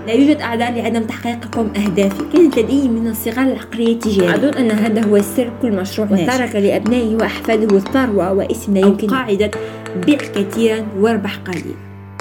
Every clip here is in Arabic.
لا يوجد أعذار لعدم تحقيقكم أهدافي. كانت لديه من الصغر العقلية التجارية. أظن أن هذا هو سر كل مشروع ناجح. وترك لأبنائه وأحفاده الثروة واسم لا يمكن قاعدة بيع كثيرا واربح قليلا.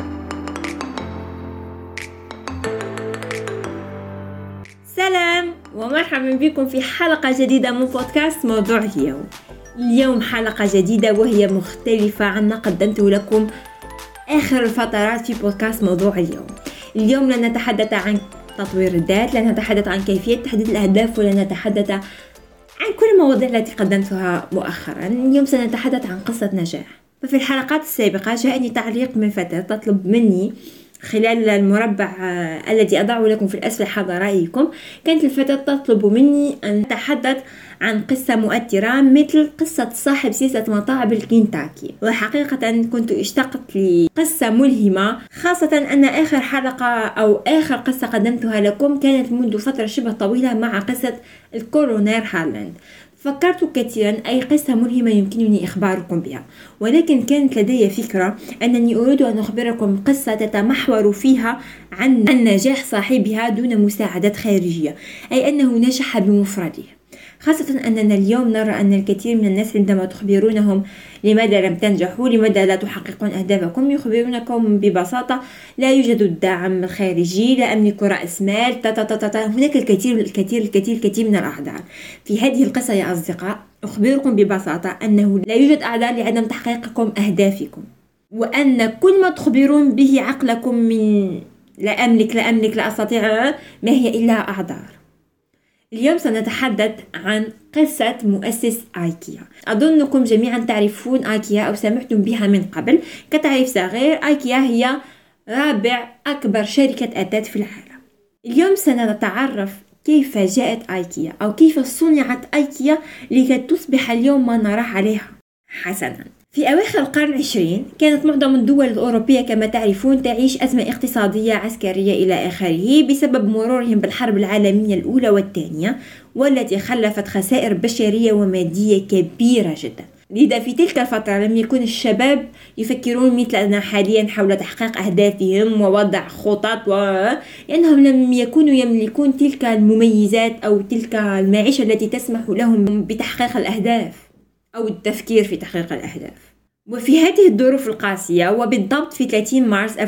سلام ومرحبا بكم في حلقة جديدة من بودكاست موضوع اليوم. اليوم حلقة جديدة وهي مختلفة عن ما قدمته لكم آخر الفترات في بودكاست موضوع اليوم لن نتحدث عن تطوير الذات، لن نتحدث عن كيفية تحديد الأهداف، ولن نتحدث عن كل المواضيع التي قدمتها مؤخرا. اليوم سنتحدث عن قصة نجاح. ففي الحلقات السابقة جاءني تعليق من فتاة تطلب مني خلال المربع الذي أضعه لكم في الأسفل حول رأيكم، كانت الفتاة تطلب مني أن أتحدث عن قصة مؤثرة مثل قصة صاحب سلسلة مطاعم الكنتاكي. وحقيقة كنت اشتقت لقصة ملهمة، خاصة أن آخر حلقة أو آخر قصة قدمتها لكم كانت منذ فترة شبه طويلة مع قصة الكولونيل هارلاند. فكرت كثيرا أي قصة ملهمة يمكنني إخباركم بها، ولكن كانت لدي فكرة أنني أريد أن أخبركم قصة تتمحور فيها عن نجاح صاحبها دون مساعدة خارجية، أي أنه نجح بمفرده. خاصة أننا اليوم نرى أن الكثير من الناس عندما تخبرونهم لماذا لم تنجحوا، لماذا لا تحققون أهدافكم، يخبرونكم ببساطة لا يوجد الدعم الخارجي، لا أملك رأس مال، هناك الكثير من الأعذار. في هذه القصة يا أصدقاء أخبركم ببساطة أنه لا يوجد أعذار لعدم تحقيقكم أهدافكم، وأن كل ما تخبرون به عقلكم من لا أملك لا أستطيع ما هي إلا أعذار. اليوم سنتحدث عن قصة مؤسس آيكيا. أظنكم جميعا تعرفون آيكيا أو سمعتم بها من قبل. كتعريف صغير، آيكيا هي رابع أكبر شركة أثاث في العالم. اليوم سنتعرف كيف جاءت آيكيا أو كيف صنعت آيكيا لكي تصبح اليوم ما نراه عليها. حسنا، في أواخر القرن العشرين كانت معظم الدول الأوروبية كما تعرفون تعيش أزمة اقتصادية عسكرية إلى آخره بسبب مرورهم بالحرب العالمية الأولى والثانية، والتي خلفت خسائر بشرية ومادية كبيرة جدا. لذا في تلك الفترة لم يكن الشباب يفكرون مثلنا حاليا حول تحقيق أهدافهم ووضع خطط، لأنهم لم يكونوا يملكون تلك المميزات أو تلك المعيشة التي تسمح لهم بتحقيق الأهداف أو التفكير في تحقيق الأهداف. وفي هذه الظروف القاسية، وبالضبط في 30 مارس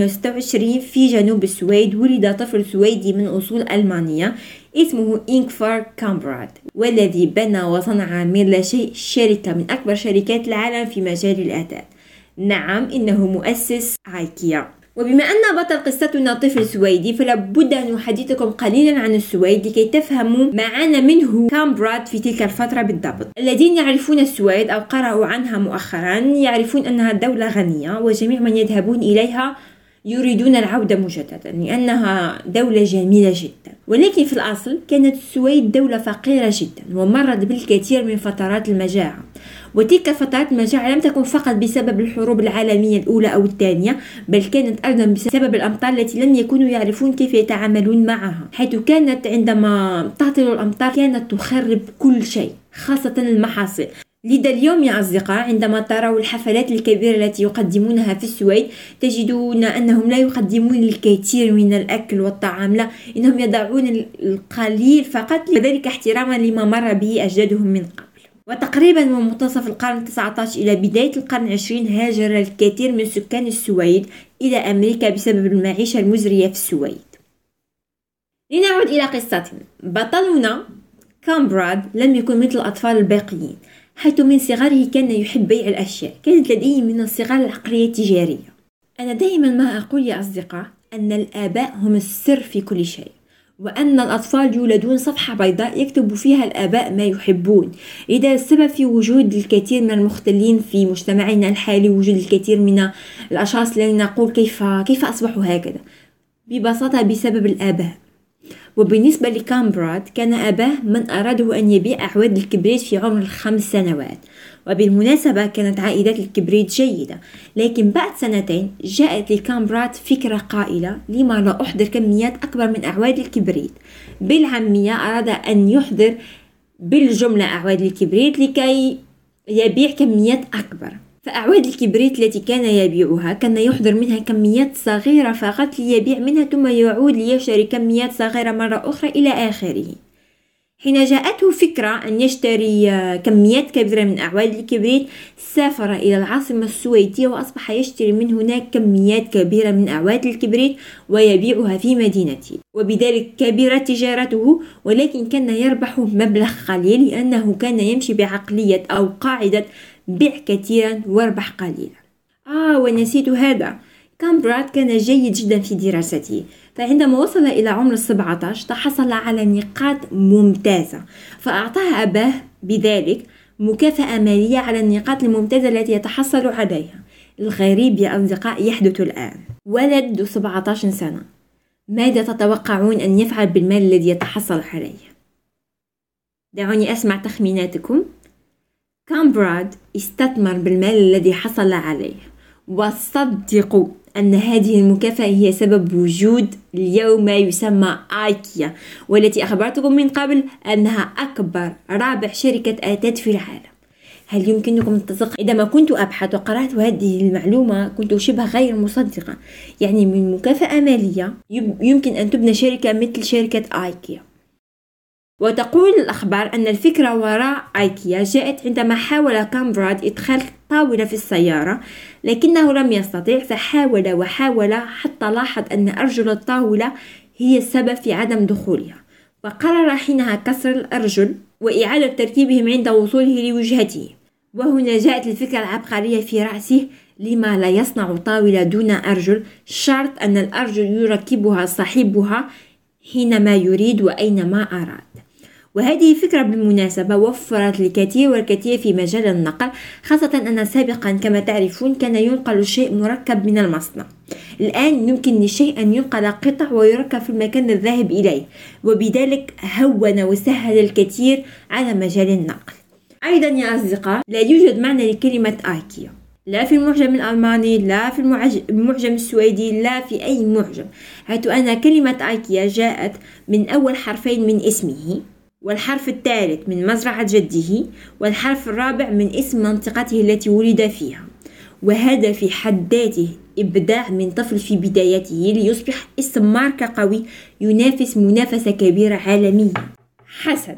1926 في جنوب السويد، ولد طفل سويدي من أصول ألمانية اسمه إنغفار كامبراد، والذي بنى وصنع من لا شيء شركة من أكبر شركات العالم في مجال الأثاث. نعم، إنه مؤسس آيكيا. وبما أن بطل قصتنا طفل سويدي، فلا بد أن نحدثكم قليلا عن السويد لكي تفهموا ما عانى منه كامبراد في تلك الفترة بالضبط. الذين يعرفون السويد أو قرأوا عنها مؤخرا يعرفون أنها دولة غنية، وجميع من يذهبون إليها يريدون العودة مجددا لأنها دولة جميلة جدا. ولكن في الأصل كانت السويد دولة فقيرة جدا، ومرت بالكثير من فترات المجاعة. وتلك فترات المجاعة لم تكن فقط بسبب الحروب العالمية الأولى أو الثانية، بل كانت أيضا بسبب الأمطار التي لم يكونوا يعرفون كيف يتعاملون معها، حيث كانت عندما تهطل الأمطار كانت تخرب كل شيء، خاصة المحاصيل. لذا اليوم يا أصدقاء عندما تروا الحفلات الكبيرة التي يقدمونها في السويد تجدون أنهم لا يقدمون الكثير من الأكل والطعام، لا، إنهم يضعون القليل فقط، وذلك احتراما لما مر به أجدادهم من قبل. وتقريبا من منتصف القرن 19 إلى بداية القرن 20 هاجر الكثير من سكان السويد إلى أمريكا بسبب المعيشة المزرية في السويد. لنعود إلى قصتنا. بطلنا كامبراد لم يكن مثل الأطفال الباقيين، حيث من صغره كان يحب بيع الأشياء. كانت لديه من الصغر العقلية التجارية. أنا دائما ما أقول يا أصدقاء أن الآباء هم السر في كل شيء، وأن الأطفال يولدون صفحة بيضاء يكتب فيها الآباء ما يحبون. لذا السبب في وجود الكثير من المختلين في مجتمعنا الحالي، وجود الكثير من الأشخاص الذين نقول كيف أصبحوا هكذا، ببساطة بسبب الآباء. وبالنسبة لكامبراد كان أباه من أراده أن يبيع أعواد الكبريت في عمر 5 سنوات. وبالمناسبة كانت عائدات الكبريت جيدة، لكن بعد 2 سنين جاءت لكامبراد فكرة قائلة: لما لا أحضر كميات أكبر من أعواد الكبريت؟ بالعامية أراد أن يحضر بالجملة أعواد الكبريت لكي يبيع كميات أكبر. فأعواد الكبريت التي كان يبيعها كان يحضر منها كميات صغيرة فقط ليبيع منها ثم يعود ليشتري كميات صغيرة مرة أخرى إلى آخره. حين جاءته فكرة أن يشتري كميات كبيرة من أعواد الكبريت سافر إلى العاصمة السويدية وأصبح يشتري من هناك كميات كبيرة من أعواد الكبريت ويبيعها في مدينته، وبذلك كبرت تجارته، ولكن كان يربح مبلغ قليل لأنه كان يمشي بعقلية أو قاعدة بيع كثيرا واربح قليلا. ونسيت هذا، كامبراد كان جيد جدا في دراسته، فعندما وصل إلى عمر 17 تحصل على نقاط ممتازة، فأعطاه أباه بذلك مكافأة مالية على النقاط الممتازة التي يتحصل عليها. الغريب يا أصدقاء يحدث الآن. ولد ذو 17 سنة، ماذا تتوقعون أن يفعل بالمال الذي يتحصل عليه؟ دعوني أسمع تخميناتكم. كامبراد استثمر بالمال الذي حصل عليه، وصدقوا أن هذه المكافأة هي سبب وجود اليوم ما يسمى آيكيا، والتي أخبرتكم من قبل أنها أكبر رابح شركة آتات في العالم. هل يمكنكم التصديق؟ عندما كنت أبحث وقرأت هذه المعلومة كنت شبه غير مصدقة، يعني من مكافأة مالية يمكن أن تبنى شركة مثل شركة آيكيا. وتقول الأخبار أن الفكرة وراء آيكيا جاءت عندما حاول كامبراد إدخال طاولة في السيارة، لكنه لم يستطع، فحاول وحاول حتى لاحظ أن أرجل الطاولة هي السبب في عدم دخولها، وقرر حينها كسر الأرجل وإعادة تركيبهم عند وصوله لوجهته. وهنا جاءت الفكرة العبقرية في رأسه: لما لا يصنع طاولة دون أرجل؟ شرط أن الأرجل يركبها صاحبها حينما يريد وأينما أراد. وهذه فكرة بالمناسبة وفرت الكثير والكثير في مجال النقل، خاصة أن سابقا كما تعرفون كان ينقل الشيء مركب من المصنع. الآن يمكن للشيء أن ينقل قطع ويركب في المكان الذاهب إليه، وبذلك هون وسهل الكثير على مجال النقل. أيضا يا أصدقاء لا يوجد معنى لكلمة آيكيا، لا في المعجم الألماني، لا في المعجم السويدي، لا في أي معجم، حيث أن كلمة آيكيا جاءت من أول حرفين من اسمه، والحرف الثالث من مزرعة جده، والحرف الرابع من اسم منطقته التي ولد فيها. وهذا في حد ذاته إبداع من طفل في بدايته ليصبح اسم ماركة قوي ينافس منافسة كبيرة عالمية. حسنا،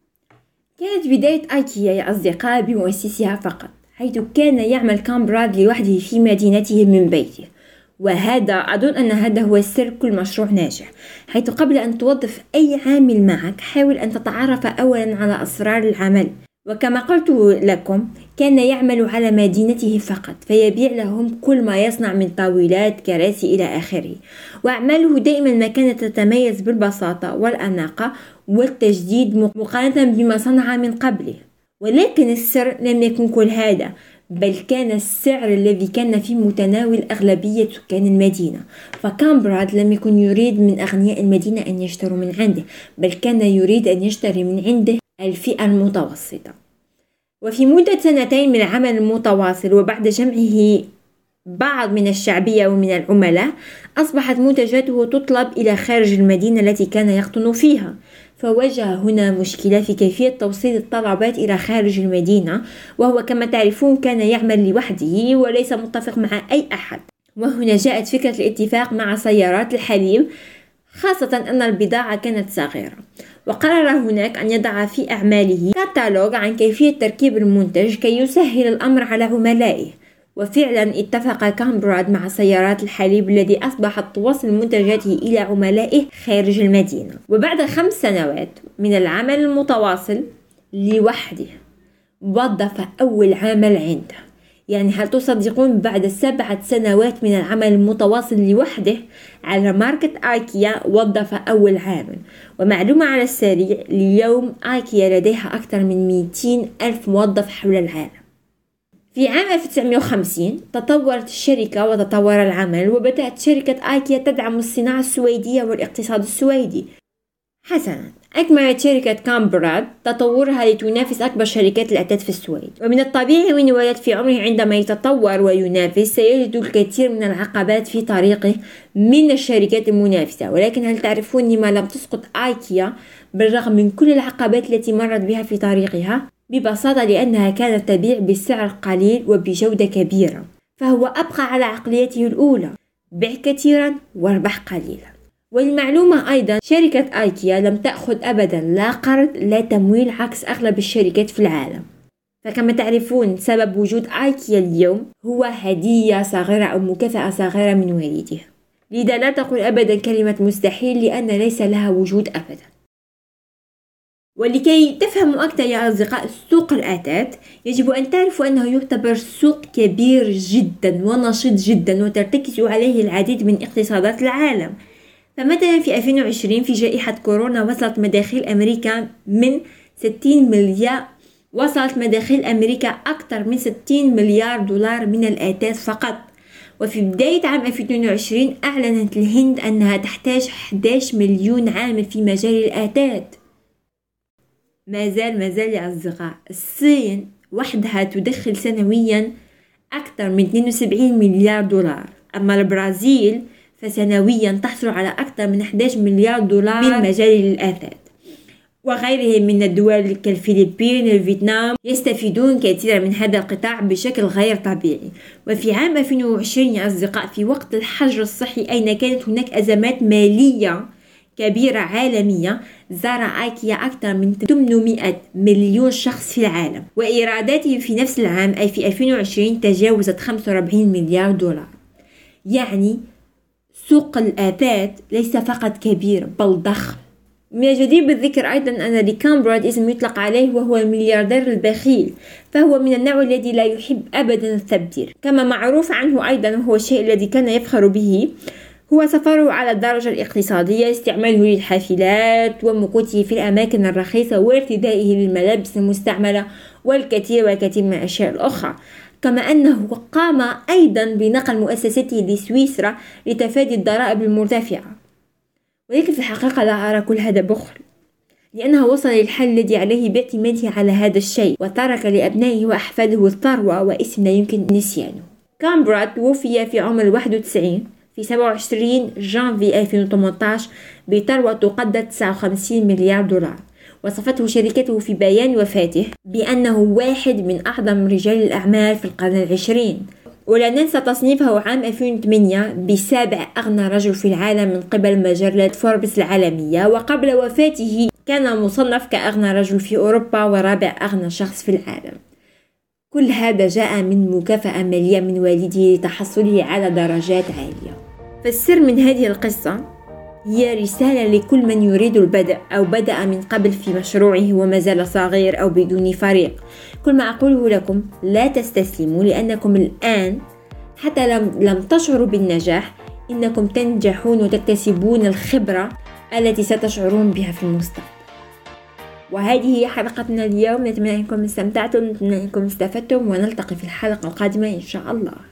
كانت بداية آيكيا يا أصدقاء بمؤسسها فقط، حيث كان يعمل كامبراد لوحده في مدينته من بيته. وهذا أظن أن هذا هو سر كل مشروع ناجح، حيث قبل أن توظف أي عامل معك حاول أن تتعرف أولا على أسرار العمل. وكما قلت لكم كان يعمل على مدينته فقط، فيبيع لهم كل ما يصنع من طاولات، كراسي إلى آخره. وأعماله دائما ما كانت تتميز بالبساطة والأناقة والتجديد مقارنة بما صنع من قبله. ولكن السر لم يكن كل هذا، بل كان السعر الذي كان في متناول أغلبية سكان المدينة. فكامبراد لم يكن يريد من أغنياء المدينة أن يشتروا من عنده، بل كان يريد أن يشتري من عنده الفئة المتوسطة. وفي مدة 2 من العمل المتواصل وبعد جمعه بعض من الشعبية ومن العملاء، أصبحت منتجاته تطلب إلى خارج المدينة التي كان يقطن فيها. فواجه هنا مشكلة في كيفية توصيل الطلبات إلى خارج المدينة، وهو كما تعرفون كان يعمل لوحده وليس متفق مع أي أحد. وهنا جاءت فكرة الاتفاق مع سيارات الحليب، خاصة أن البضاعة كانت صغيرة. وقرر هناك أن يضع في أعماله كتالوج عن كيفية تركيب المنتج كي يسهل الأمر على عملائه. وفعلا اتفق كامبراد مع سيارات الحليب الذي أصبحت توصل منتجاته إلى عملائه خارج المدينة. وبعد 5 سنوات من العمل المتواصل لوحده وظف أول عامل عنده. يعني هل تصدقون بعد 7 سنوات من العمل المتواصل لوحده على ماركة آيكيا وظف أول عامل؟ ومعلومة على السريع، اليوم آيكيا لديها أكثر من 200,000 موظف حول العالم. في عام 1950 تطورت الشركة وتطور العمل، وبدأت شركة آيكيا تدعم الصناعة السويدية والاقتصاد السويدي. حسنا، أكملت شركة كامبراد تطورها لتنافس أكبر شركات الأثاث في السويد. ومن الطبيعي وإن ولد في عمره عندما يتطور وينافس سيجد الكثير من العقبات في طريقه من الشركات المنافسة. ولكن هل تعرفون لما لم تسقط آيكيا بالرغم من كل العقبات التي مرت بها في طريقها؟ ببساطة لأنها كانت تبيع بسعر قليل وبجودة كبيرة، فهو أبقى على عقليته الأولى: بيع كثيرا واربح قليلا. والمعلومة أيضا شركة آيكيا لم تأخذ أبدا لا قرض لا تمويل عكس أغلب الشركات في العالم. فكما تعرفون سبب وجود آيكيا اليوم هو هدية صغيرة أو مكافأة صغيرة من والده، لذا لا تقول أبدا كلمة مستحيل لأن ليس لها وجود أبدا. ولكي تفهموا أكثر يا أصدقاء سوق الآتات، يجب أن تعرفوا أنه يعتبر سوق كبير جدا ونشيط جدا وترتكز عليه العديد من اقتصادات العالم. فمثلا في 2020 في جائحة كورونا وصلت مداخيل أمريكا أكثر من 60 مليار دولار من الآتات فقط. وفي بداية عام 2022 أعلنت الهند أنها تحتاج 11 مليون عامل في مجال الآتات. ما زال يا أصدقاء، الصين وحدها تدخل سنويا أكثر من 72 مليار دولار، أما البرازيل فسنويا تحصل على أكثر من 11 مليار دولار من مجال الآتات. وغيرهم من الدول كالفلبين والفيتنام يستفيدون كثيرا من هذا القطاع بشكل غير طبيعي. وفي عام 2020 يا أصدقاء، في وقت الحجر الصحي أين كانت هناك أزمات مالية كبيرة عالمية، زار آيكيا أكثر من 800 مليون شخص في العالم، وإيراداته في نفس العام أي في 2020 تجاوزت 45 مليار دولار. يعني سوق الآتات ليس فقط كبير بل ضخم. من الجدير بالذكر أيضا أن لكام براد اسم يطلق عليه، وهو الملياردير البخيل، فهو من النوع الذي لا يحب أبدا التبذير. كما معروف عنه أيضا هو الشيء الذي كان يفخر به هو سفره على الدرجة الاقتصادية، استعماله للحافلات ومكوثه في الأماكن الرخيصة وارتدائه للملابس المستعملة والكثير من الأشياء الأخرى. كما أنه قام أيضا بنقل مؤسسته لسويسرا لتفادي الضرائب المرتفعة. ولكن في الحقيقة لا أرى كل هذا بخل، لأنه وصل للحل الذي عليه باعتماده على هذا الشيء، وترك لأبنائه وأحفاده الثروة واسم لا يمكن نسيانه. كام براد توفي في عمر 91 في 27 جانفي 2018 بثروة تقدر 59 مليار دولار. وصفته شركته في بيان وفاته بأنه واحد من أعظم رجال الأعمال في القرن العشرين. ولا ننسى تصنيفه عام 2008 بسابع أغنى رجل في العالم من قبل مجلة فوربس العالمية، وقبل وفاته كان مصنف كأغنى رجل في أوروبا ورابع أغنى شخص في العالم. كل هذا جاء من مكافأة مالية من والده لتحصله على درجات عالية. فالسر من هذه القصة هي رسالة لكل من يريد البدء أو بدأ من قبل في مشروعه وما زال صغير أو بدون فريق. كل ما أقوله لكم: لا تستسلموا، لأنكم الآن حتى لم تشعروا بالنجاح إنكم تنجحون وتكتسبون الخبرة التي ستشعرون بها في المستقبل. وهذه هي حلقتنا اليوم. نتمنى أنكم استمتعتم، نتمنى أنكم استفدتم، ونلتقي في الحلقة القادمة إن شاء الله.